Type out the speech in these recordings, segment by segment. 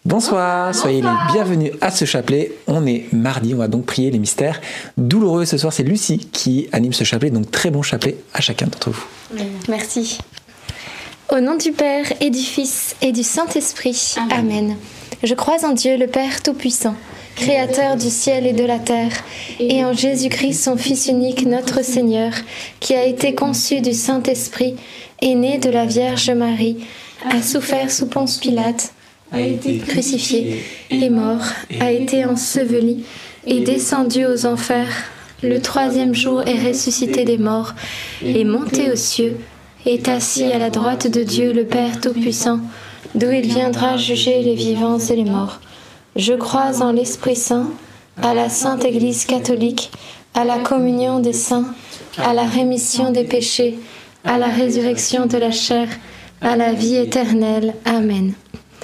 Bonsoir, soyez les bienvenus à ce chapelet. On est mardi, on va donc prier les mystères douloureux. Ce soir, c'est Lucie qui anime ce chapelet, donc très bon chapelet à chacun d'entre vous. Merci. Au nom du Père et du Fils et du Saint-Esprit, Amen. Je crois en Dieu, le Père Tout-Puissant, Créateur du ciel et de la terre, et en Jésus-Christ, son Fils unique, notre Seigneur, qui a été conçu du Saint-Esprit, est né de la Vierge Marie, a souffert sous Ponce Pilate, a été crucifié, est mort, a été enseveli, est descendu aux enfers. Le troisième jour est ressuscité des morts, est monté aux cieux, est assis à la droite de Dieu le Père Tout-Puissant, d'où il viendra juger les vivants et les morts. Je crois en l'Esprit Saint, à la Sainte Église catholique, à la communion des saints, à la rémission des péchés, à la résurrection de la chair, à la vie éternelle. Amen.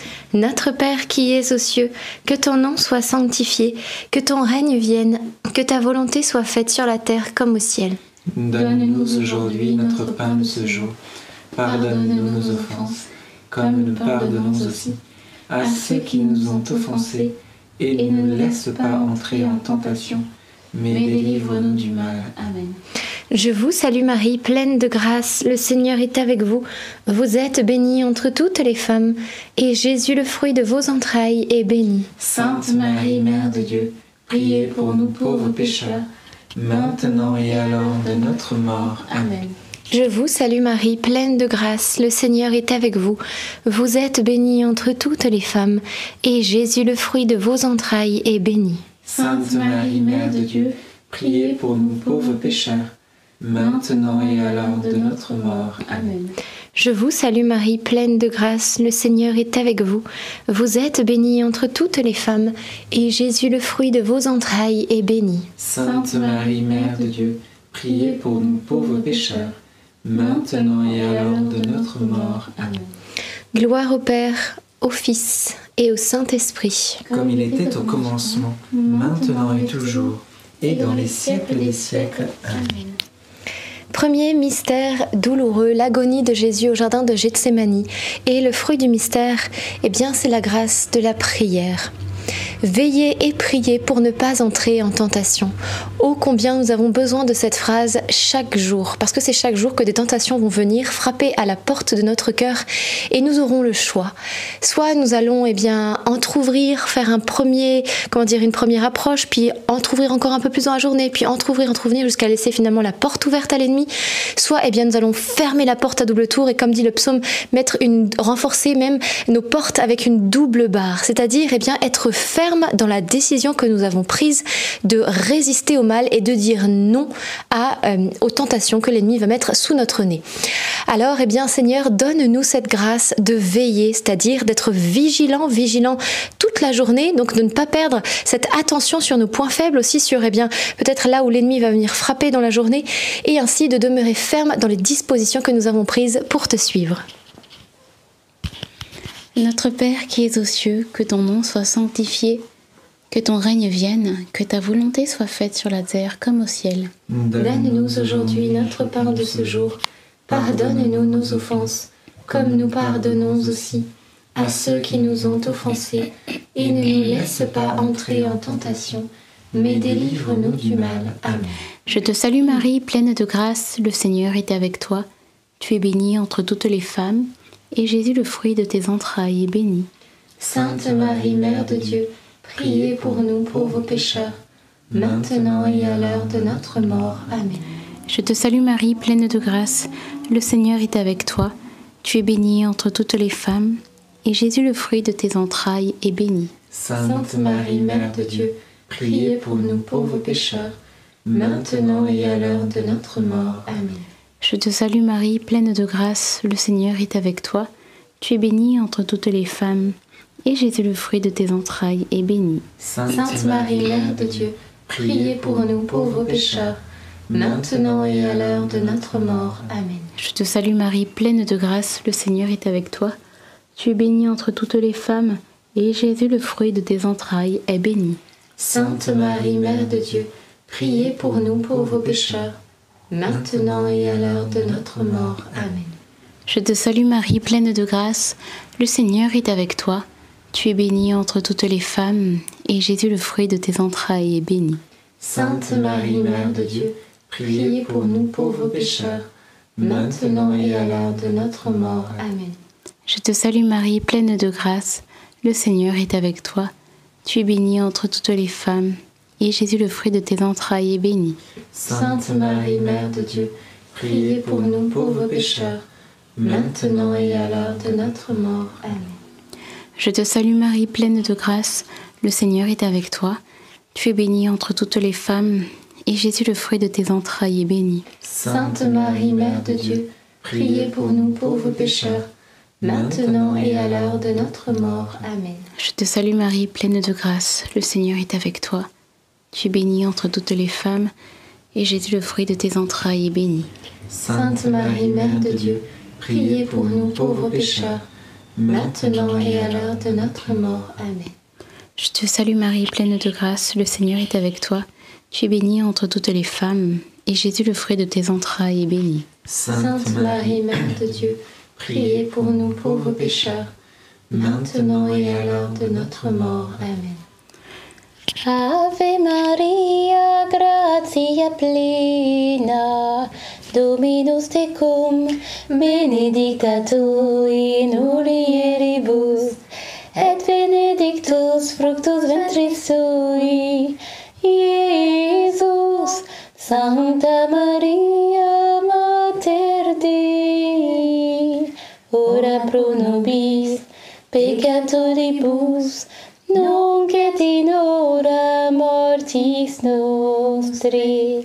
Notre Père qui es aux cieux, que ton nom soit sanctifié, que ton règne vienne, que ta volonté soit faite sur la terre comme au ciel. Donne-nous aujourd'hui notre pain de ce jour. Pardonne-nous nos offenses, comme nous pardonnons aussi à ceux qui nous ont offensés, et ne nous laisse pas entrer en tentation, mais délivre-nous du mal. Amen. Je vous salue Marie, pleine de grâce, le Seigneur est avec vous. Vous êtes bénie entre toutes les femmes, et Jésus, le fruit de vos entrailles, est béni. Sainte Marie, Mère de Dieu, priez pour nous pauvres pécheurs, maintenant et à l'heure de notre mort. Amen. Je vous salue Marie, pleine de grâce, le Seigneur est avec vous. Vous êtes bénie entre toutes les femmes, et Jésus, le fruit de vos entrailles, est béni. Sainte Marie, Mère de Dieu, priez pour nous pauvres pécheurs, maintenant et à l'heure de notre mort. Amen. Je vous salue Marie, pleine de grâce, le Seigneur est avec vous. Vous êtes bénie entre toutes les femmes, et Jésus, le fruit de vos entrailles, est béni. Sainte Marie, Mère de Dieu, priez pour nous pauvres pécheurs, maintenant et à l'heure de notre mort. Amen. Gloire au Père, au Fils et au Saint-Esprit. Comme il était au commencement, maintenant et toujours, et dans les siècles des siècles. Amen. Premier mystère douloureux, l'agonie de Jésus au jardin de Gethsémani. Et le fruit du mystère, eh bien, c'est la grâce de la prière. Veillez et priez pour ne pas entrer en tentation. Oh, combien nous avons besoin de cette phrase chaque jour, parce que c'est chaque jour que des tentations vont venir frapper à la porte de notre cœur et nous aurons le choix. Soit nous allons entrouvrir, faire une première approche, puis entrouvrir encore un peu plus dans la journée, puis entrouvrir jusqu'à laisser finalement la porte ouverte à l'ennemi. Soit nous allons fermer la porte à double tour et comme dit le psaume, renforcer même nos portes avec une double barre, c'est-à-dire être ferme dans la décision que nous avons prise de résister au mal et de dire non aux tentations que l'ennemi va mettre sous notre nez. Alors, Seigneur, donne-nous cette grâce de veiller, c'est-à-dire d'être vigilant toute la journée, donc de ne pas perdre cette attention sur nos points faibles, aussi sur peut-être là où l'ennemi va venir frapper dans la journée, et ainsi de demeurer ferme dans les dispositions que nous avons prises pour te suivre. Notre Père qui es aux cieux, que ton nom soit sanctifié, que ton règne vienne, que ta volonté soit faite sur la terre comme au ciel. Donne-nous aujourd'hui notre pain de ce jour. Pardonne-nous nos offenses, comme nous pardonnons aussi à ceux qui nous ont offensés, et ne nous laisse pas entrer en tentation, mais délivre-nous du mal. Amen. Je te salue Marie, pleine de grâce, le Seigneur est avec toi. Tu es bénie entre toutes les femmes, et Jésus, le fruit de tes entrailles, est béni. Sainte Marie, Mère de Dieu, priez pour nous pauvres pécheurs, maintenant et à l'heure de notre mort. Amen. Je te salue Marie, pleine de grâce, le Seigneur est avec toi. Tu es bénie entre toutes les femmes, et Jésus, le fruit de tes entrailles, est béni. Sainte Marie, Mère de Dieu, priez pour nous pauvres pécheurs, maintenant et à l'heure de notre mort. Amen. Je te salue Marie, pleine de grâce, le Seigneur est avec toi. Tu es bénie entre toutes les femmes, et Jésus, le fruit de tes entrailles, est béni. Sainte Marie, Mère de Dieu, priez pour nous pauvres pécheurs, maintenant et à l'heure de notre mort. Amen. Je te salue Marie, pleine de grâce, le Seigneur est avec toi. Tu es bénie entre toutes les femmes, et Jésus, le fruit de tes entrailles, est béni. Sainte Marie, Mère de Dieu, priez pour nous pauvres pécheurs, maintenant et à l'heure de notre mort. Amen. Je te salue Marie, pleine de grâce, le Seigneur est avec toi. Tu es bénie entre toutes les femmes, et Jésus, le fruit de tes entrailles, est béni. Sainte Marie, Mère de Dieu, priez pour nous pauvres pécheurs, maintenant et à l'heure de notre mort. Amen. Je te salue Marie, pleine de grâce, le Seigneur est avec toi. Tu es bénie entre toutes les femmes, et Jésus, le fruit de tes entrailles, est béni. Sainte Marie, Mère de Dieu, priez pour nous pauvres pécheurs, maintenant et à l'heure de notre mort. Amen. Je te salue Marie, pleine de grâce, le Seigneur est avec toi. Tu es bénie entre toutes les femmes, et Jésus, le fruit de tes entrailles, est béni. Sainte Marie, Mère de Dieu, priez pour nous pauvres pécheurs, maintenant et à l'heure de notre mort. Amen. Je te salue Marie, pleine de grâce, le Seigneur est avec toi. Tu es bénie entre toutes les femmes, et Jésus, le fruit de tes entrailles, est béni. Sainte Marie, Mère de Dieu, priez pour nous pauvres pécheurs, maintenant et à l'heure de notre mort. Amen. Je te salue Marie, pleine de grâce, le Seigneur est avec toi. Tu es bénie entre toutes les femmes, et Jésus, le fruit de tes entrailles, est béni. Sainte Marie, Mère de Dieu, priez pour nous pauvres pécheurs, maintenant et à l'heure de notre mort. Amen. Ave Maria, gratia plena, Dominus tecum, benedicta tu in mulieribus, et benedictus fructus ventris sui, Iesus. Sancta Maria, Mater Dei, ora pro nobis peccatoribus, nunc et in hora mortis nostri.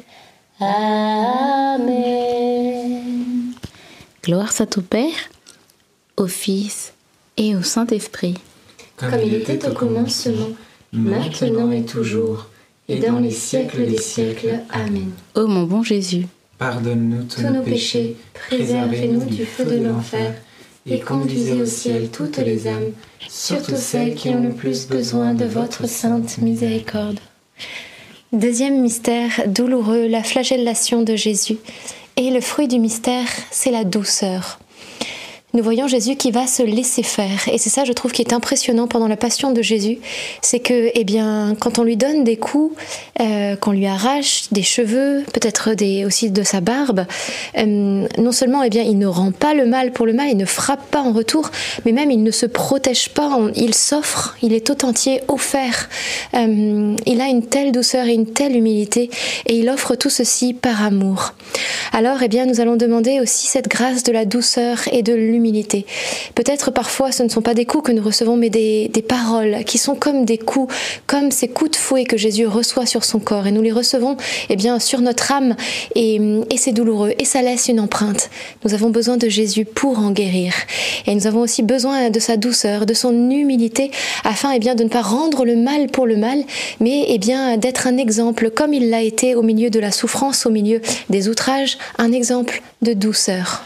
Amen. Gloire soit au Père, au Fils et au Saint-Esprit. Comme il était au commencement, maintenant et toujours, et dans les siècles des siècles. Amen. Ô mon bon Jésus, pardonne-nous tous nos péchés, préservez-nous du feu de l'enfer, et conduisez au ciel toutes les âmes, surtout celles qui ont le plus besoin de votre sainte miséricorde. Deuxième mystère douloureux, la flagellation de Jésus. Et le fruit du mystère, c'est la douceur. Nous voyons Jésus qui va se laisser faire. Et c'est ça, je trouve, qui est impressionnant pendant la passion de Jésus. C'est que, eh bien, quand on lui donne des coups, qu'on lui arrache des cheveux, peut-être aussi de sa barbe, non seulement, eh bien, il ne rend pas le mal pour le mal, il ne frappe pas en retour, mais même il ne se protège pas, il s'offre, il est tout entier offert. Il a une telle douceur et une telle humilité, et il offre tout ceci par amour. Alors, eh bien, nous allons demander aussi cette grâce de la douceur et de l'humilité. Peut-être parfois ce ne sont pas des coups que nous recevons, mais des paroles qui sont comme des coups, comme ces coups de fouet que Jésus reçoit sur son corps, et nous les recevons eh bien, sur notre âme, et c'est douloureux, et ça laisse une empreinte. Nous avons besoin de Jésus pour en guérir, et nous avons aussi besoin de sa douceur, de son humilité, afin eh bien, de ne pas rendre le mal pour le mal, mais eh bien, d'être un exemple, comme il l'a été au milieu de la souffrance, au milieu des outrages, un exemple de douceur.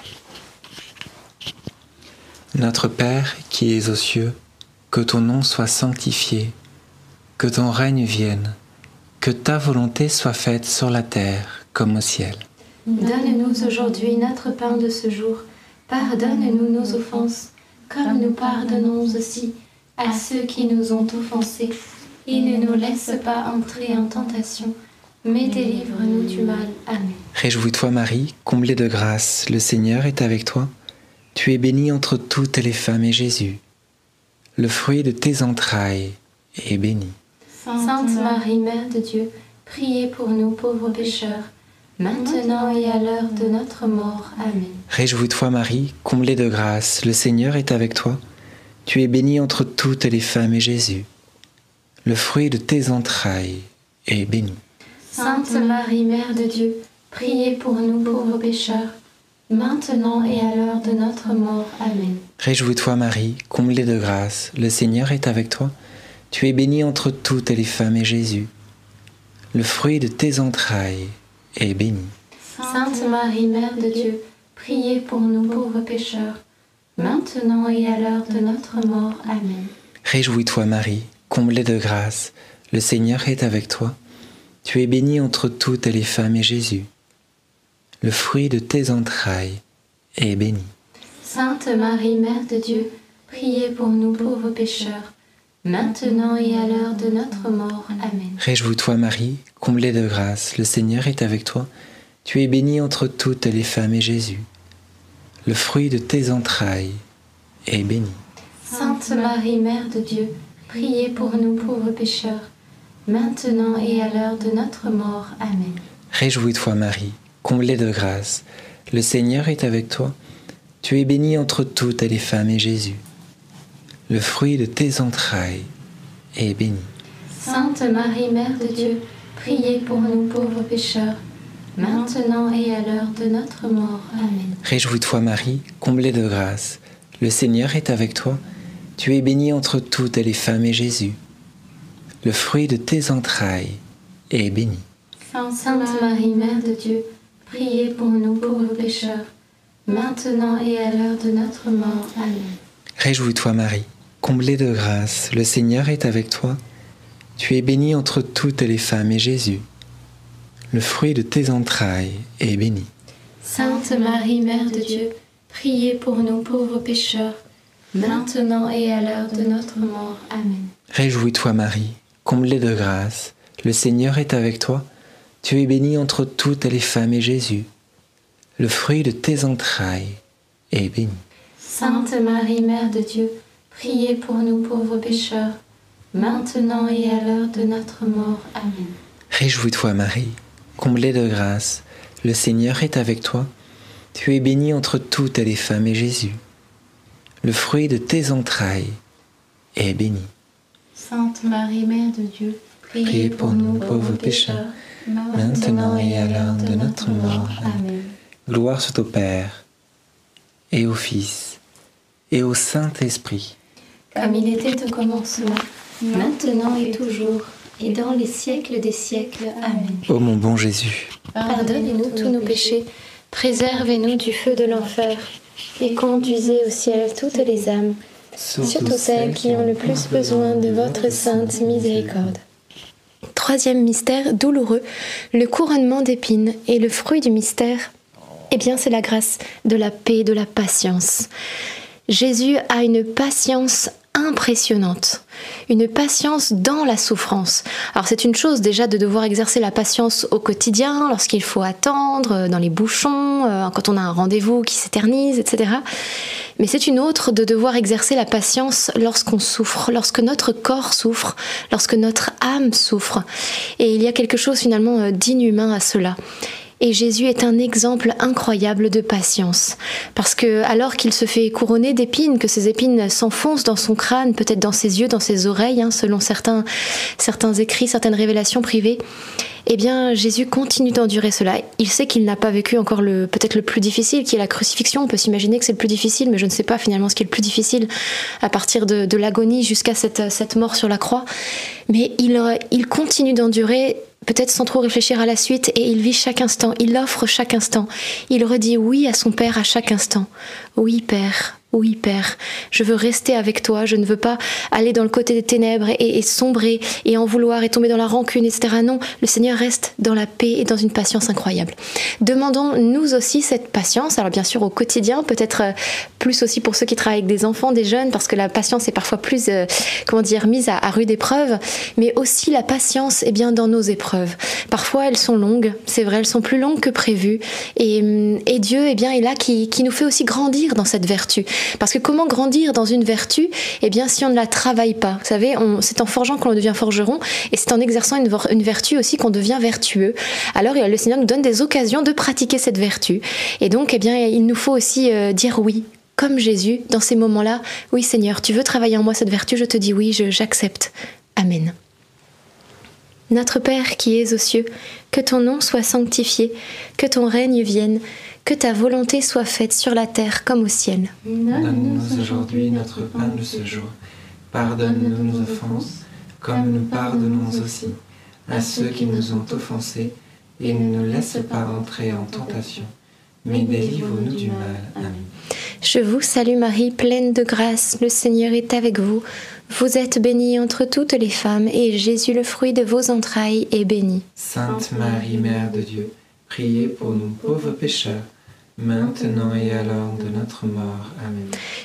Notre Père qui es aux cieux, que ton nom soit sanctifié, que ton règne vienne, que ta volonté soit faite sur la terre comme au ciel. Donne-nous aujourd'hui notre pain de ce jour. Pardonne-nous nos offenses, comme nous pardonnons aussi à ceux qui nous ont offensés. Et ne nous laisse pas entrer en tentation, mais délivre-nous du mal. Amen. Réjouis-toi Marie, comblée de grâce, le Seigneur est avec toi. Tu es bénie entre toutes les femmes, et Jésus, le fruit de tes entrailles, est béni. Sainte Marie, Mère de Dieu, priez pour nous pauvres pécheurs, maintenant et à l'heure de notre mort. Amen. Réjouis-toi Marie, comblée de grâce, le Seigneur est avec toi. Tu es bénie entre toutes les femmes, et Jésus, le fruit de tes entrailles, est béni. Sainte Marie, Mère de Dieu, priez pour nous pauvres pécheurs, maintenant et à l'heure de notre mort. Amen. Réjouis-toi Marie, comblée de grâce, le Seigneur est avec toi. Tu es bénie entre toutes les femmes, et Jésus, le fruit de tes entrailles, est béni. Sainte Marie, Mère de Dieu, priez pour nous pauvres pécheurs, maintenant et à l'heure de notre mort. Amen. Réjouis-toi Marie, comblée de grâce, le Seigneur est avec toi. Tu es bénie entre toutes les femmes, et Jésus, le fruit de tes entrailles, est béni. Sainte Marie, Mère de Dieu, priez pour nous pauvres pécheurs, maintenant et à l'heure de notre mort. Amen. Réjouis-toi Marie, comblée de grâce, le Seigneur est avec toi. Tu es bénie entre toutes les femmes et Jésus, le fruit de tes entrailles, est béni. Sainte Marie, Mère de Dieu, priez pour nous pauvres pécheurs, maintenant et à l'heure de notre mort. Amen. Réjouis-toi Marie, comblée de grâce, le Seigneur est avec toi. Tu es bénie entre toutes les femmes et Jésus, le fruit de tes entrailles, est béni. Sainte Marie, Mère de Dieu, priez pour nous pauvres pécheurs, maintenant et à l'heure de notre mort. Amen. Réjouis-toi Marie, comblée de grâce, le Seigneur est avec toi. Tu es bénie entre toutes les femmes et Jésus, le fruit de tes entrailles, est béni. Sainte Marie, Mère de Dieu, priez pour nous pauvres pécheurs, maintenant et à l'heure de notre mort. Amen. Réjouis-toi Marie, comblée de grâce, le Seigneur est avec toi. Tu es bénie entre toutes les femmes et Jésus, le fruit de tes entrailles, est béni. Sainte Marie, Mère de Dieu, priez pour nous pauvres pécheurs, maintenant et à l'heure de notre mort. Amen. Réjouis-toi Marie, comblée de grâce, le Seigneur est avec toi. Tu es bénie entre toutes les femmes et Jésus, le fruit de tes entrailles, est béni. Sainte Marie, Mère de Dieu, priez pour nous pauvres pécheurs, maintenant et à l'heure de notre mort. Amen. Réjouis-toi Marie, comblée de grâce, le Seigneur est avec toi. Tu es bénie entre toutes les femmes et Jésus, le fruit de tes entrailles, est béni. Sainte Marie, Mère de Dieu, Priez pour nous pauvres pécheurs, maintenant et à l'heure de notre mort. Amen. Gloire soit au Père, et au Fils, et au Saint-Esprit. Comme il était au commencement, maintenant et toujours, et dans les siècles des siècles. Amen. Ô mon bon Jésus, Pardonnez-nous tous nos péchés, préservez-nous du feu de l'enfer, et conduisez au ciel toutes les âmes, surtout celles qui ont le plus besoin de votre sainte miséricorde. Troisième mystère douloureux, le couronnement d'épines. Et le fruit du mystère, eh bien c'est la grâce de la paix, de la patience. Jésus a une patience impressionnante, une patience dans la souffrance. Alors c'est une chose déjà de devoir exercer la patience au quotidien, lorsqu'il faut attendre, dans les bouchons, quand on a un rendez-vous qui s'éternise, etc. Mais c'est une autre de devoir exercer la patience lorsqu'on souffre, lorsque notre corps souffre, lorsque notre âme souffre. Et il y a quelque chose finalement d'inhumain à cela. Et Jésus est un exemple incroyable de patience. Parce que, alors qu'il se fait couronner d'épines, que ces épines s'enfoncent dans son crâne, peut-être dans ses yeux, dans ses oreilles, selon certains écrits, certaines révélations privées, eh bien, Jésus continue d'endurer cela. Il sait qu'il n'a pas vécu encore peut-être le plus difficile, qui est la crucifixion. On peut s'imaginer que c'est le plus difficile, mais je ne sais pas finalement ce qui est le plus difficile à partir de l'agonie jusqu'à cette mort sur la croix. Mais il continue d'endurer, peut-être sans trop réfléchir à la suite, et il vit chaque instant, il offre chaque instant. Il redit oui à son Père à chaque instant. Oui, Père. Oui, Père, je veux rester avec toi, je ne veux pas aller dans le côté des ténèbres et sombrer et en vouloir et tomber dans la rancune, etc. Non, le Seigneur reste dans la paix et dans une patience incroyable. Demandons nous aussi cette patience, alors bien sûr au quotidien, peut-être plus aussi pour ceux qui travaillent avec des enfants, des jeunes, parce que la patience est parfois plus, mise à rude épreuve, mais aussi la patience bien dans nos épreuves. Parfois elles sont longues, c'est vrai, elles sont plus longues que prévues, et Dieu est là qui nous fait aussi grandir dans cette vertu. Parce que comment grandir dans une vertu ? Eh bien, si on ne la travaille pas. Vous savez, c'est en forgeant qu'on devient forgeron, et c'est en exerçant une vertu aussi qu'on devient vertueux. Alors, le Seigneur nous donne des occasions de pratiquer cette vertu. Et donc, il nous faut aussi dire oui. Comme Jésus, dans ces moments-là, oui Seigneur, tu veux travailler en moi cette vertu, je te dis oui, j'accepte. Amen. Notre Père qui es aux cieux, que ton nom soit sanctifié, que ton règne vienne, que ta volonté soit faite sur la terre comme au ciel. Donne-nous aujourd'hui notre pain de ce jour. Pardonne-nous nos offenses, comme nous pardonnons aussi à ceux qui nous ont offensés, et ne nous laisse pas entrer en tentation, mais délivre-nous du mal. Amen. Je vous salue Marie, pleine de grâce, le Seigneur est avec vous. Vous êtes bénie entre toutes les femmes, et Jésus, le fruit de vos entrailles, est béni. Sainte Marie, Mère de Dieu, priez pour nous pauvres pécheurs, maintenant et à l'heure de notre mort. Amen.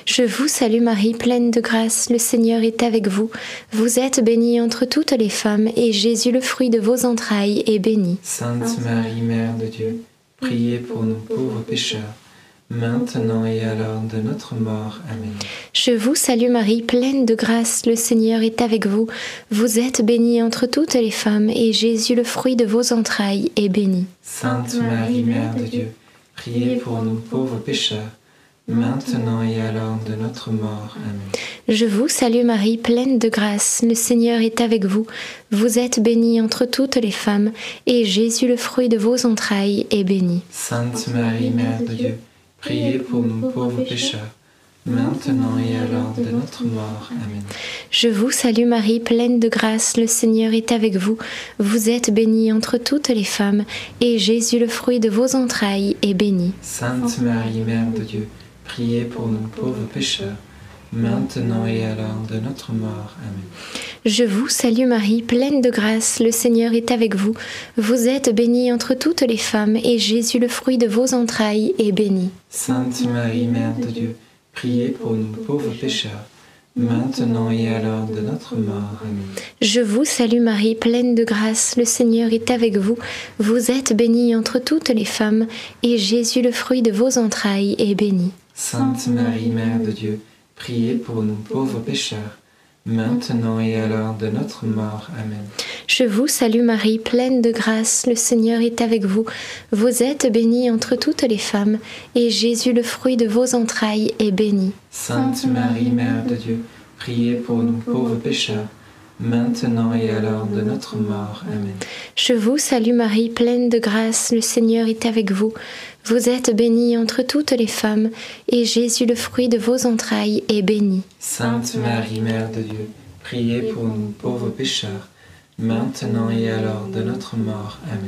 Je vous salue Marie, pleine de grâce, le Seigneur est avec vous. Vous êtes bénie entre toutes les femmes, et Jésus, le fruit de vos entrailles, est béni. Sainte Marie, Mère de Dieu, priez pour nous pauvres pécheurs, maintenant et à l'heure de notre mort. Amen. Je vous salue Marie, pleine de grâce, le Seigneur est avec vous. Vous êtes bénie entre toutes les femmes, et Jésus, le fruit de vos entrailles, est béni. Sainte Marie, Mère de Dieu, priez pour nous pauvres pécheurs, maintenant et à l'heure de notre mort. Amen. Je vous salue Marie, pleine de grâce, le Seigneur est avec vous. Vous êtes bénie entre toutes les femmes, et Jésus, le fruit de vos entrailles, est béni. Sainte Marie, Mère de Dieu, priez pour nous pauvres pécheurs, maintenant et à l'heure de notre mort. Amen. Je vous salue Marie, pleine de grâce, le Seigneur est avec vous. Vous êtes bénie entre toutes les femmes, et Jésus, le fruit de vos entrailles, est béni. Sainte Marie, Mère de Dieu, priez pour nous pauvres pécheurs, maintenant et à l'heure de notre mort. Amen. Je vous salue Marie, pleine de grâce, le Seigneur est avec vous. Vous êtes bénie entre toutes les femmes, et Jésus, le fruit de vos entrailles, est béni. Sainte Marie, Mère de Dieu, priez pour nous pauvres pécheurs, maintenant et à l'heure de notre mort. Amen. Je vous salue Marie, pleine de grâce, le Seigneur est avec vous. Vous êtes bénie entre toutes les femmes, et Jésus, le fruit de vos entrailles, est béni. Sainte Marie, Mère de Dieu, priez pour nous pauvres pécheurs, maintenant et à l'heure de notre mort. Amen. Je vous salue Marie, pleine de grâce, le Seigneur est avec vous. Vous êtes bénie entre toutes les femmes, et Jésus, le fruit de vos entrailles, est béni. Sainte Marie, Mère de Dieu, priez pour nous pauvres pécheurs, maintenant et à l'heure de notre mort. Amen. Je vous salue Marie, pleine de grâce, le Seigneur est avec vous. Vous êtes bénie entre toutes les femmes, et Jésus, le fruit de vos entrailles, est béni. Sainte Marie, Mère de Dieu, priez pour nous pauvres pécheurs, maintenant et à l'heure de notre mort. Amen.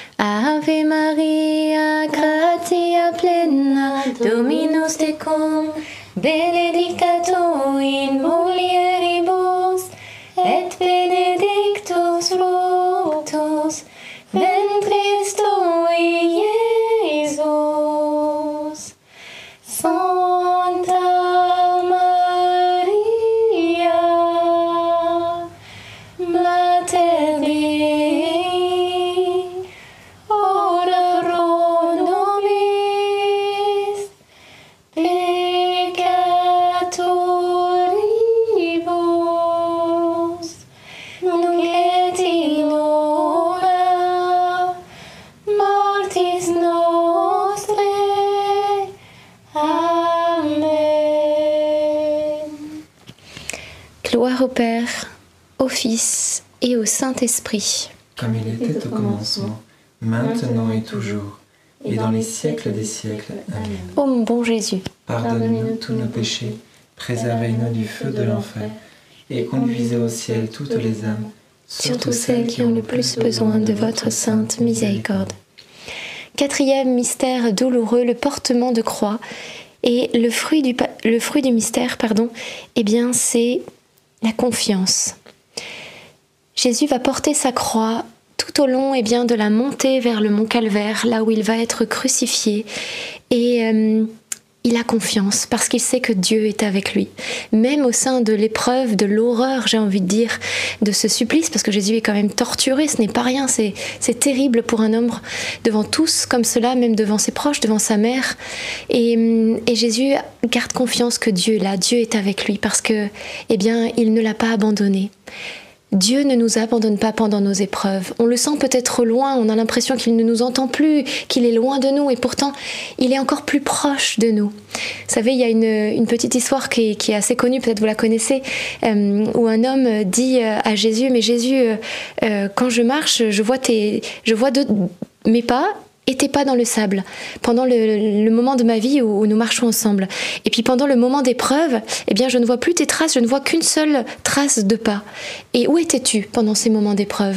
Ave Maria, gratia plena, Dominus tecum, benedicta tu in mulieribus, et benedictus fructus ventris tui, Jesus. Santa Maria, Mater Dei, ora pro nobis peccatoribus, nunc et in hora mortis nostrae. Amen. Gloire au Père, au Fils et au Saint-Esprit. Comme il était au commencement, maintenant et toujours, et dans les siècles des siècles. Amen. Ô mon bon Jésus, Pardonnez-nous tous nos péchés, préservez-nous du feu de l'enfer, et conduisez au ciel toutes les âmes, surtout celles qui ont le plus besoin de votre sainte miséricorde. Quatrième mystère douloureux, le portement de croix. Et le fruit du mystère, eh bien, c'est la confiance. Jésus va porter sa croix tout au long de la montée vers le mont Calvaire, là où il va être crucifié. Et il a confiance parce qu'il sait que Dieu est avec lui. Même au sein de l'épreuve, de l'horreur, j'ai envie de dire, de ce supplice, parce que Jésus est quand même torturé, ce n'est pas rien, c'est terrible pour un homme devant tous comme cela, même devant ses proches, devant sa mère. Et Jésus garde confiance que Dieu est là, Dieu est avec lui, parce que, il ne l'a pas abandonné. Dieu ne nous abandonne pas pendant nos épreuves. On le sent peut-être loin, on a l'impression qu'il ne nous entend plus, qu'il est loin de nous, et pourtant, il est encore plus proche de nous. Vous savez, il y a une petite histoire qui est assez connue, peut-être vous la connaissez, où un homme dit à Jésus, « Mais Jésus, quand je marche, je vois mes pas, et tes pas dans le sable, pendant le moment de ma vie où nous marchons ensemble. Et puis pendant le moment d'épreuve, je ne vois plus tes traces, je ne vois qu'une seule trace de pas. Et où étais-tu pendant ces moments d'épreuve ?»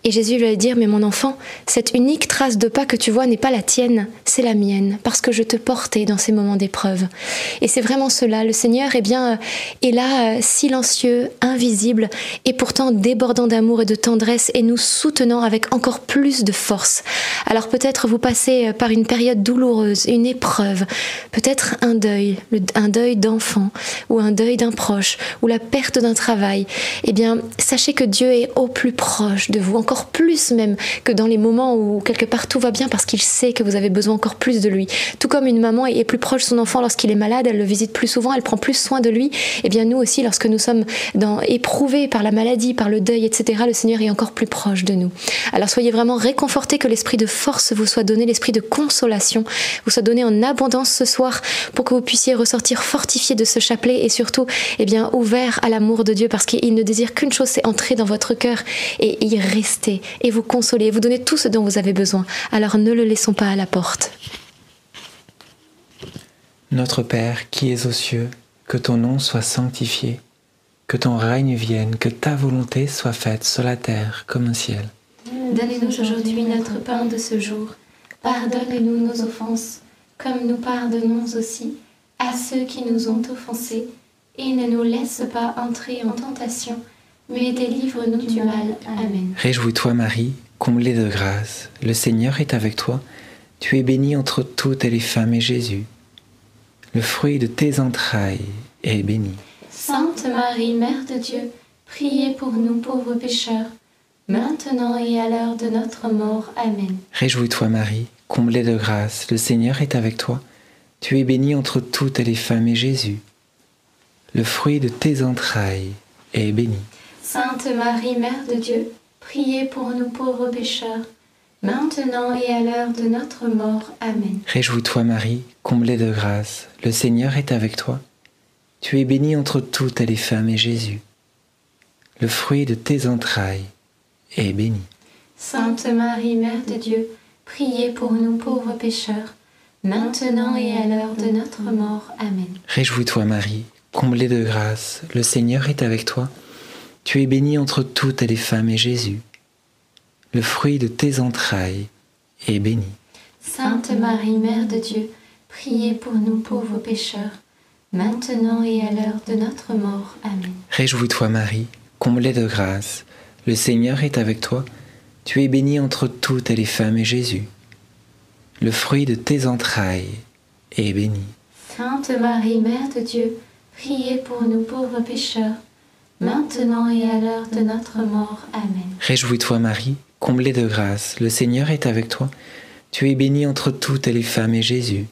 Et Jésus lui allait dire, mais mon enfant, cette unique trace de pas que tu vois n'est pas la tienne, c'est la mienne, parce que je te portais dans ces moments d'épreuve. Et c'est vraiment cela, le Seigneur est là, silencieux, invisible, et pourtant débordant d'amour et de tendresse, et nous soutenant avec encore plus de force. Alors peut-être vous passez par une période douloureuse, une épreuve, peut-être un deuil d'enfant, ou un deuil d'un proche, ou la perte d'un travail. Eh bien, sachez que Dieu est au plus proche de vous, encore plus même que dans les moments où quelque part tout va bien, parce qu'il sait que vous avez besoin encore plus de lui. Tout comme une maman est plus proche de son enfant lorsqu'il est malade, elle le visite plus souvent, elle prend plus soin de lui. Eh bien nous aussi, lorsque nous sommes éprouvés par la maladie, par le deuil, etc., le Seigneur est encore plus proche de nous. Alors soyez vraiment réconfortés, que l'esprit de force vous soit donné, l'esprit de consolation vous soit donné en abondance ce soir, pour que vous puissiez ressortir fortifiés de ce chapelet, et surtout eh bien, ouvert à l'amour de Dieu, parce qu'il ne désire qu'une chose, c'est entrer dans votre cœur et y rester, et vous consoler, et vous donner tout ce dont vous avez besoin. Alors ne le laissons pas à la porte. Notre Père qui es aux cieux, que ton nom soit sanctifié, que ton règne vienne, que ta volonté soit faite sur la terre comme au ciel. Donne-nous aujourd'hui notre pain de ce jour. Pardonne-nous nos offenses, comme nous pardonnons aussi à ceux qui nous ont offensés. Et ne nous laisse pas entrer en tentation, mais délivre-nous du mal. Amen. Réjouis-toi Marie, comblée de grâce, le Seigneur est avec toi. Tu es bénie entre toutes les femmes, et Jésus, le fruit de tes entrailles, est béni. Sainte Marie, Mère de Dieu, priez pour nous pauvres pécheurs, maintenant et à l'heure de notre mort. Amen. Réjouis-toi Marie, comblée de grâce, le Seigneur est avec toi. Tu es bénie entre toutes les femmes, et Jésus, le fruit de tes entrailles, est béni. Sainte Marie, Mère de Dieu, priez pour nous pauvres pécheurs, maintenant et à l'heure de notre mort. Amen. Réjouis-toi Marie, comblée de grâce, le Seigneur est avec toi. Tu es bénie entre toutes les femmes, et Jésus, le fruit de tes entrailles, est béni. Sainte Marie, Mère de Dieu, priez pour nous pauvres pécheurs, maintenant et à l'heure de notre mort. Amen. Réjouis-toi Marie, comblée de grâce, le Seigneur est avec toi. Tu es bénie entre toutes les femmes, et Jésus, le fruit de tes entrailles, est béni. Sainte Marie, Mère de Dieu, priez pour nous pauvres pécheurs, maintenant et à l'heure de notre mort. Amen. Réjouis-toi Marie, comblée de grâce, le Seigneur est avec toi. Tu es bénie entre toutes les femmes, et Jésus, le fruit de tes entrailles, est béni. Sainte Marie, Mère de Dieu, priez pour nous pauvres pécheurs, maintenant et à l'heure de notre mort. Amen. Réjouis-toi Marie, comblée de grâce, le Seigneur est avec toi. Tu es bénie entre toutes les femmes, et Jésus,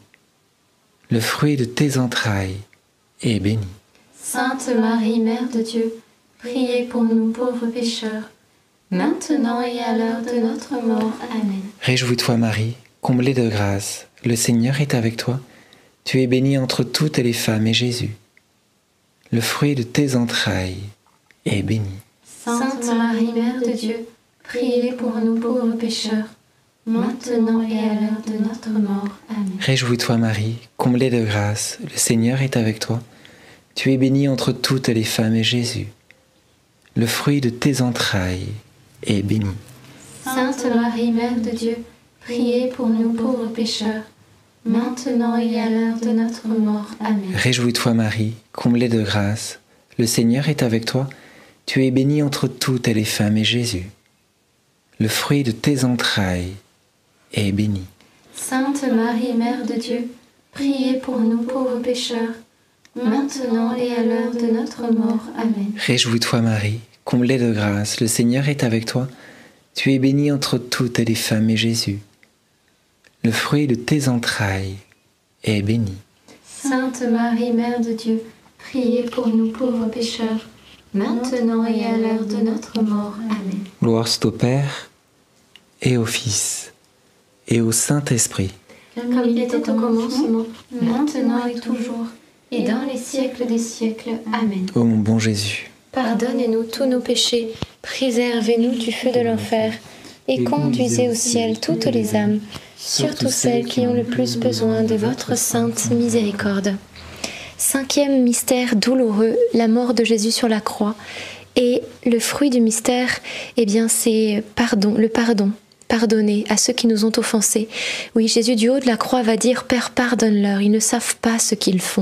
le fruit de tes entrailles, est béni. Sainte Marie, Mère de Dieu, priez pour nous pauvres pécheurs, maintenant et à l'heure de notre mort. Amen. Réjouis-toi Marie, comblée de grâce, le Seigneur est avec toi. Tu es bénie entre toutes les femmes, et Jésus, le fruit de tes entrailles, est béni. Sainte Marie, Mère de Dieu, priez pour nous pauvres pécheurs, maintenant et à l'heure de notre mort. Amen. Réjouis-toi Marie, comblée de grâce, le Seigneur est avec toi. Tu es bénie entre toutes les femmes, et Jésus, le fruit de tes entrailles, est béni. Sainte Marie, Mère de Dieu, priez pour nous pauvres pécheurs, maintenant et à l'heure de notre mort. Amen. Réjouis-toi Marie, comblée de grâce, le Seigneur est avec toi. Tu es bénie entre toutes les femmes, et Jésus, le fruit de tes entrailles, est béni. Sainte Marie, Mère de Dieu, priez pour nous pauvres pécheurs, maintenant et à l'heure de notre mort. Amen. Réjouis-toi Marie, comblée de grâce, le Seigneur est avec toi. Tu es bénie entre toutes les femmes, et Jésus, le fruit de tes entrailles, est béni. Sainte Marie, Mère de Dieu, priez pour nous pauvres pécheurs, maintenant et à l'heure de notre mort. Amen. Gloire soit au Père, et au Fils, et au Saint-Esprit. Comme il était au commencement, maintenant et toujours, et dans les siècles des siècles. Amen. Ô mon bon Jésus, Pardonnez-nous tous nos péchés, préservez-nous du feu de l'enfer, et conduisez au ciel toutes les âmes, surtout celles qui ont le plus besoin de votre sainte miséricorde. 5e mystère douloureux, la mort de Jésus sur la croix. Et le fruit du mystère, eh bien, c'est le pardon. Pardonner à ceux qui nous ont offensés. Oui, Jésus du haut de la croix va dire « Père, pardonne-leur, ils ne savent pas ce qu'ils font ».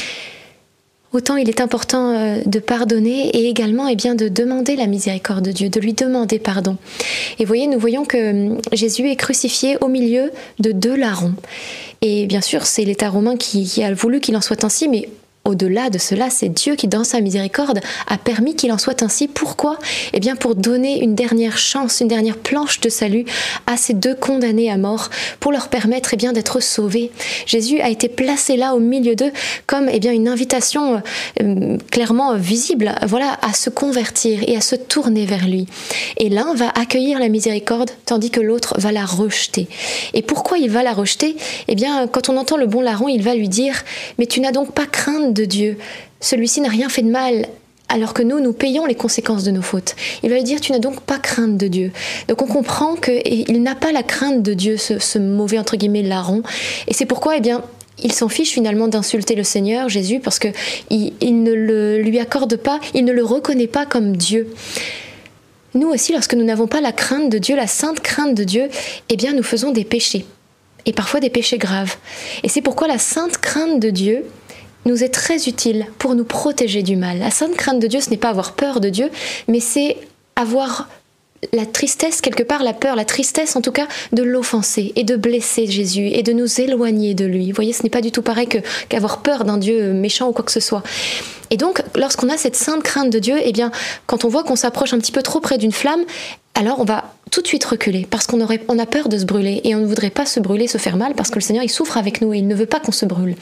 Autant il est important de pardonner et également de demander la miséricorde de Dieu, de lui demander pardon. Et voyez, nous voyons que Jésus est crucifié au milieu de 2 larrons. Et bien sûr, c'est l'État romain qui a voulu qu'il en soit ainsi, mais au-delà de cela, c'est Dieu qui, dans sa miséricorde, a permis qu'il en soit ainsi. Pourquoi ? Eh bien, pour donner une dernière chance, une dernière planche de salut à ces 2 condamnés à mort, pour leur permettre d'être sauvés. Jésus a été placé là au milieu d'eux comme une invitation clairement visible, à se convertir et à se tourner vers lui. Et l'un va accueillir la miséricorde, tandis que l'autre va la rejeter. Et pourquoi il va la rejeter ? Eh bien, quand on entend le bon larron, il va lui dire « Mais tu n'as donc pas crainte de Dieu, celui-ci n'a rien fait de mal, alors que nous payons les conséquences de nos fautes. » Il va lui dire « Tu n'as donc pas crainte de Dieu. » Donc on comprend qu'il n'a pas la crainte de Dieu, ce mauvais entre guillemets larron. Et c'est pourquoi il s'en fiche finalement d'insulter le Seigneur Jésus, parce qu'il ne lui accorde pas, il ne le reconnaît pas comme Dieu. Nous aussi, lorsque nous n'avons pas la crainte de Dieu, la sainte crainte de Dieu, nous faisons des péchés. Et parfois des péchés graves. Et c'est pourquoi la sainte crainte de Dieu nous est très utile pour nous protéger du mal. La sainte crainte de Dieu, ce n'est pas avoir peur de Dieu, mais c'est avoir la tristesse, quelque part la peur, la tristesse en tout cas, de l'offenser et de blesser Jésus et de nous éloigner de lui. Vous voyez, ce n'est pas du tout pareil qu'avoir peur d'un Dieu méchant ou quoi que ce soit. Et donc, lorsqu'on a cette sainte crainte de Dieu, quand on voit qu'on s'approche un petit peu trop près d'une flamme, alors on va tout de suite reculer, parce qu'on a peur de se brûler, et on ne voudrait pas se brûler, se faire mal, parce que le Seigneur, il souffre avec nous et il ne veut pas qu'on se brûle.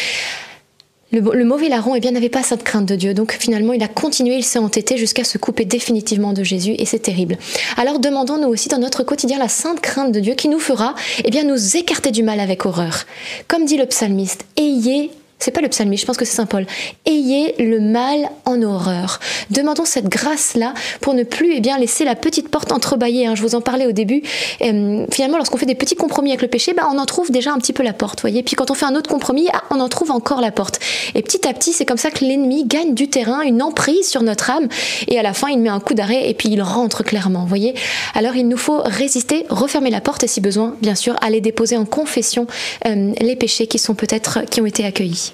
Le mauvais larron n'avait pas cette crainte de Dieu, donc finalement il a continué, il s'est entêté jusqu'à se couper définitivement de Jésus, et c'est terrible. Alors demandons-nous aussi dans notre quotidien la sainte crainte de Dieu qui nous fera nous écarter du mal avec horreur. Comme dit le psalmiste, c'est pas le psalmiste, je pense que c'est Saint Paul. Ayez le mal en horreur. Demandons cette grâce-là pour ne plus laisser la petite porte entrebâillée. Je vous en parlais au début. Finalement, lorsqu'on fait des petits compromis avec le péché, on en trouve déjà un petit peu la porte. Voyez. Puis quand on fait un autre compromis, on en trouve encore la porte. Et petit à petit, c'est comme ça que l'ennemi gagne du terrain, une emprise sur notre âme. Et à la fin, il met un coup d'arrêt et puis il rentre clairement. Voyez. Alors il nous faut résister, refermer la porte et si besoin, bien sûr, aller déposer en confession les péchés qui ont été accueillis.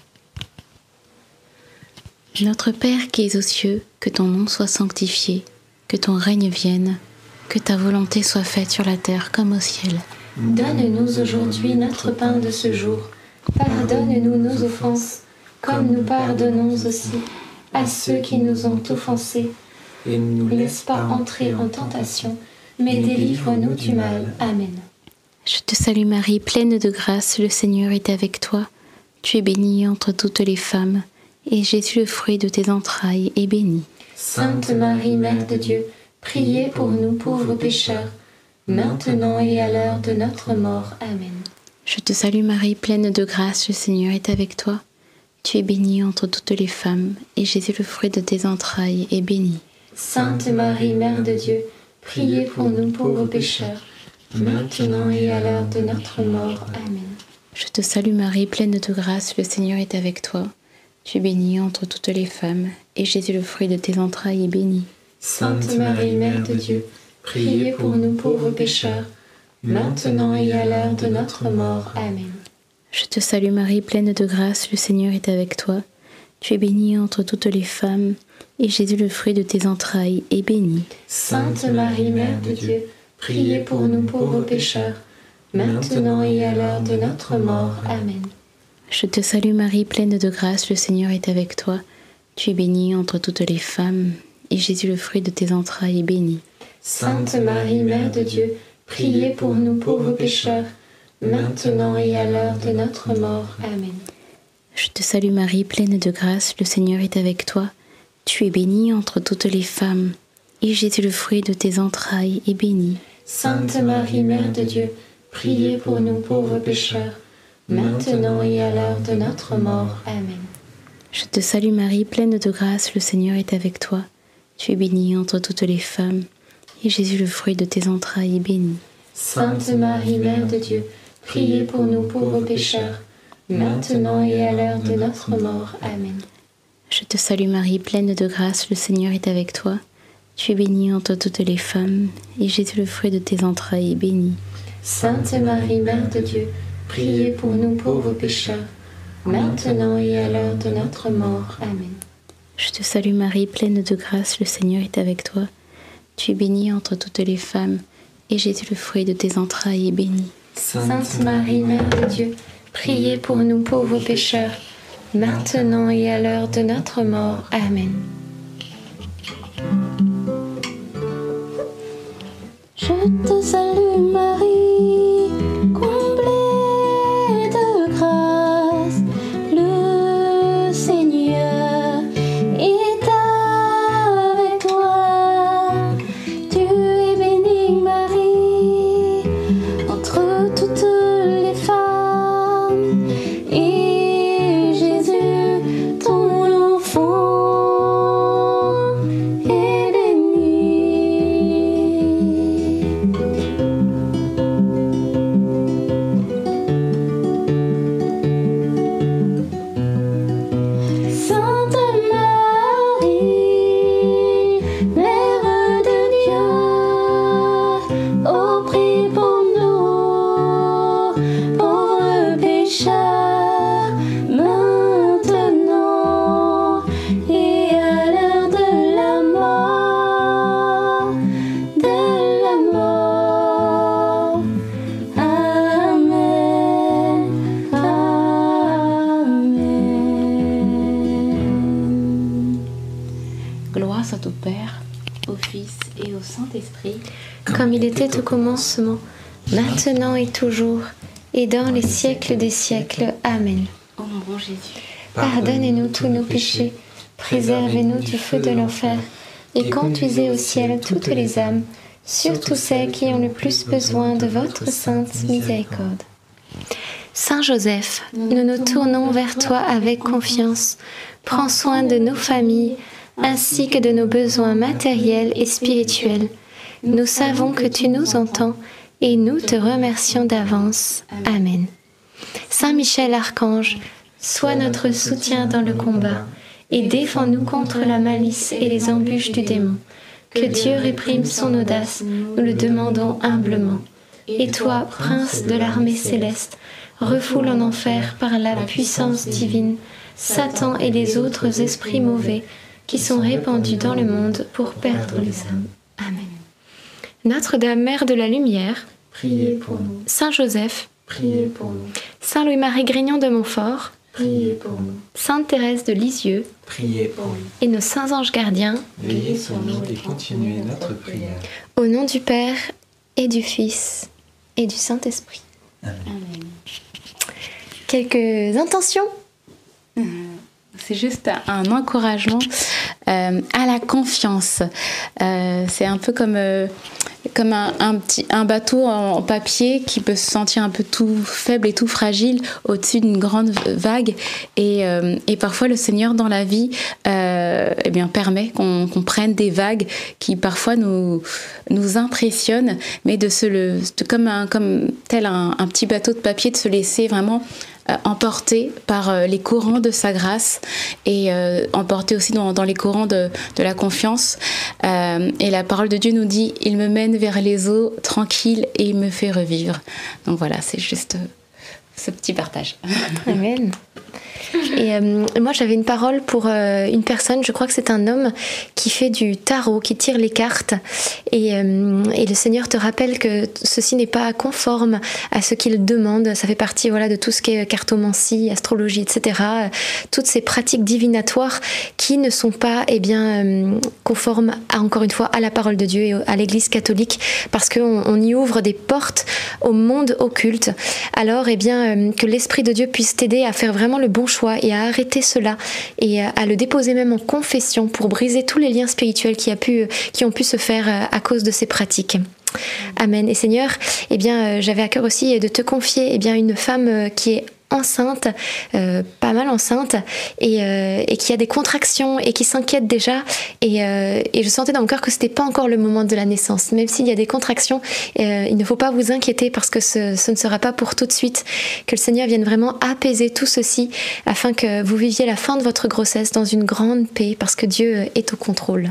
Notre Père qui es aux cieux, que ton nom soit sanctifié, que ton règne vienne, que ta volonté soit faite sur la terre comme au ciel. Donne-nous aujourd'hui notre pain de ce jour. Pardonne-nous nos offenses, comme nous pardonnons aussi à ceux qui nous ont offensés. Et ne nous laisse pas entrer en tentation, mais délivre-nous du mal. Amen. Je te salue Marie, pleine de grâce, le Seigneur est avec toi. Tu es bénie entre toutes les femmes, et Jésus, le fruit de tes entrailles, est béni. Sainte Marie, Mère de Dieu, priez pour nous pauvres pécheurs, maintenant et à l'heure de notre mort. Amen. Je te salue Marie, pleine de grâce, le Seigneur est avec toi. Tu es bénie entre toutes les femmes, et Jésus, le fruit de tes entrailles, est béni. Sainte Marie, Mère de Dieu, priez pour nous pauvres pécheurs, maintenant et à l'heure de notre mort. Amen. Je te salue Marie, pleine de grâce, le Seigneur est avec toi. Tu es bénie entre toutes les femmes, et Jésus, le fruit de tes entrailles, est béni. Sainte Marie, Mère de Dieu, priez pour nous pauvres pécheurs, maintenant et à l'heure de notre mort. Amen. Je te salue Marie, pleine de grâce, le Seigneur est avec toi. Tu es bénie entre toutes les femmes, et Jésus, le fruit de tes entrailles, est béni. Sainte Marie, Mère de Dieu, priez pour nous pauvres pécheurs, maintenant et à l'heure de notre mort. Amen. Je te salue Marie, pleine de grâce, le Seigneur est avec toi. Tu es bénie entre toutes les femmes, et Jésus, le fruit de tes entrailles, est béni. Sainte Marie, Mère de Dieu, priez pour nous pauvres pécheurs, maintenant et à l'heure de notre mort. Amen. Je te salue Marie, pleine de grâce, le Seigneur est avec toi. Tu es bénie entre toutes les femmes, et Jésus, le fruit de tes entrailles, est béni. Sainte Marie, Mère de Dieu, priez pour nous pauvres pécheurs, maintenant et à l'heure de notre mort. Amen. Je te salue Marie, pleine de grâce, le Seigneur est avec toi. Tu es bénie entre toutes les femmes, et Jésus, le fruit de tes entrailles, est béni. Sainte Marie, Mère de Dieu, priez pour nous pauvres pécheurs, maintenant et à l'heure de notre mort. Amen. Je te salue Marie, pleine de grâce, le Seigneur est avec toi. Tu es bénie entre toutes les femmes, et Jésus, le fruit de tes entrailles, est béni. Sainte Marie, Mère de Dieu, priez pour nous pauvres pécheurs, maintenant et à l'heure de notre mort. Amen. Je te salue Marie, pleine de grâce, le Seigneur est avec toi. Tu es bénie entre toutes les femmes, et Jésus, le fruit de tes entrailles, est béni. Sainte Marie, Mère de Dieu, priez pour nous pauvres pécheurs, maintenant et à l'heure de notre mort. Amen. Je te salue Marie, comblée de grâce, le Seigneur est avec toi. Tu es bénie Marie, entre toutes les femmes, et Jésus, ton enfant, est béni. Sainte Marie, Mère de Dieu, ô prie pour nous, pauvres pécheurs, maintenant et à l'heure de la mort, Amen, Amen. Gloire soit au Père, au Fils et au Saint-Esprit, Comme il était au commencement, maintenant et toujours, et dans les siècles des siècles. Amen. ô mon bon Jésus. Pardonnez-nous tous nos péchés, préservez-nous du feu de l'enfer, et conduisez au ciel toutes les âmes, surtout celles qui ont le plus besoin de votre sainte miséricorde. Saint Joseph, nous nous tournons vers toi avec confiance. Prends soin de nos familles, ainsi que de nos besoins matériels et spirituels. Nous savons que tu nous entends, et nous te remercions d'avance. Amen. Saint Michel Archange, sois notre soutien dans le combat, et défends-nous contre la malice et les embûches du démon. Que Dieu réprime son audace, nous le demandons humblement. Et toi, prince de l'armée céleste, refoule en enfer par la puissance divine Satan et les autres esprits mauvais qui sont répandus dans le monde pour perdre les âmes. Amen. Notre-Dame, Mère de la Lumière, Priez pour nous. Saint Joseph, Priez pour nous. Saint Louis-Marie Grignon de Montfort, Priez pour nous. Sainte Thérèse de Lisieux Priez pour nous. et nos saints anges gardiens, Veillez sur nous et continuez notre prière. au nom du Père et du Fils et du Saint-Esprit. Amen. Quelques intentions? C'est juste un encouragement à la confiance. C'est un peu comme un bateau en papier qui peut se sentir un peu tout faible et tout fragile au-dessus d'une grande vague. Et parfois, le Seigneur, dans la vie, permet qu'on prenne des vagues qui parfois nous impressionnent, mais comme tel un petit bateau de papier, de se laisser vraiment emporté par les courants de sa grâce et emporté aussi dans les courants de la confiance. Et la parole de Dieu nous dit « Il me mène vers les eaux tranquilles et il me fait revivre ». Donc voilà, c'est juste ce petit partage. Amen. Et moi, j'avais une parole pour une personne, je crois que c'est un homme qui fait du tarot, qui tire les cartes. Et le Seigneur te rappelle que ceci n'est pas conforme à ce qu'il demande. Ça fait partie de tout ce qui est cartomancie, astrologie, etc. Toutes ces pratiques divinatoires qui ne sont pas conformes, encore une fois, à la parole de Dieu et à l'Église catholique, parce qu'on y ouvre des portes au monde occulte. Alors, que l'Esprit de Dieu puisse t'aider à faire vraiment le bon choix et à arrêter cela et à le déposer même en confession pour briser tous les liens spirituels qui ont pu se faire à cause de ces pratiques. Amen. Et Seigneur, j'avais à cœur aussi de te confier une femme qui est enceinte, pas mal enceinte, et qui a des contractions et qui s'inquiète déjà. Et je sentais dans mon cœur que c'était pas encore le moment de la naissance. Même s'il y a des contractions, il ne faut pas vous inquiéter parce que ce ne sera pas pour tout de suite. Que le Seigneur vienne vraiment apaiser tout ceci afin que vous viviez la fin de votre grossesse dans une grande paix parce que Dieu est au contrôle.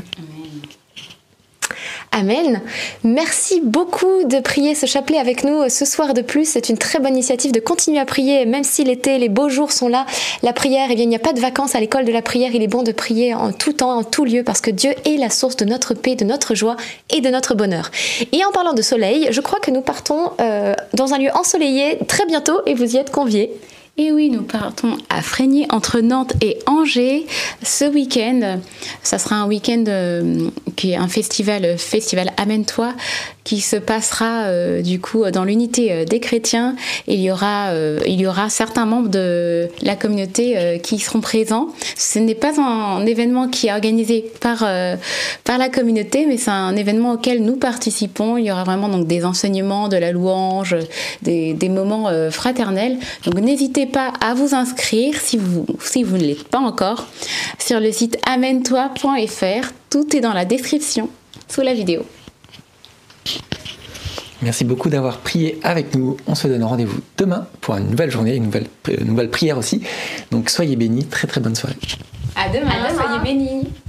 Amen. Merci beaucoup de prier ce chapelet avec nous ce soir de plus. C'est une très bonne initiative de continuer à prier, même si l'été, les beaux jours sont là. La prière, eh bien, il n'y a pas de vacances à l'école de la prière. Il est bon de prier en tout temps, en tout lieu, parce que Dieu est la source de notre paix, de notre joie et de notre bonheur. Et en parlant de soleil, je crois que nous partons dans un lieu ensoleillé très bientôt et vous y êtes conviés. Et oui, nous partons à Fregnier, entre Nantes et Angers, ce week-end. Ça sera un week-end qui est un festival Amène-toi, qui se passera du coup dans l'unité des chrétiens. Il y aura certains membres de la communauté qui seront présents. Ce n'est pas un événement qui est organisé par la communauté, mais c'est un événement auquel nous participons. Il y aura vraiment donc des enseignements, de la louange, des moments fraternels. Donc n'hésitez pas à vous inscrire si vous ne l'êtes pas encore sur le site amène-toi.fr. Tout est dans la description sous la vidéo. Merci beaucoup d'avoir prié avec nous. On se donne rendez-vous demain pour une nouvelle journée, une nouvelle prière aussi. Donc soyez bénis, très très bonne soirée. À demain, soyez bénis.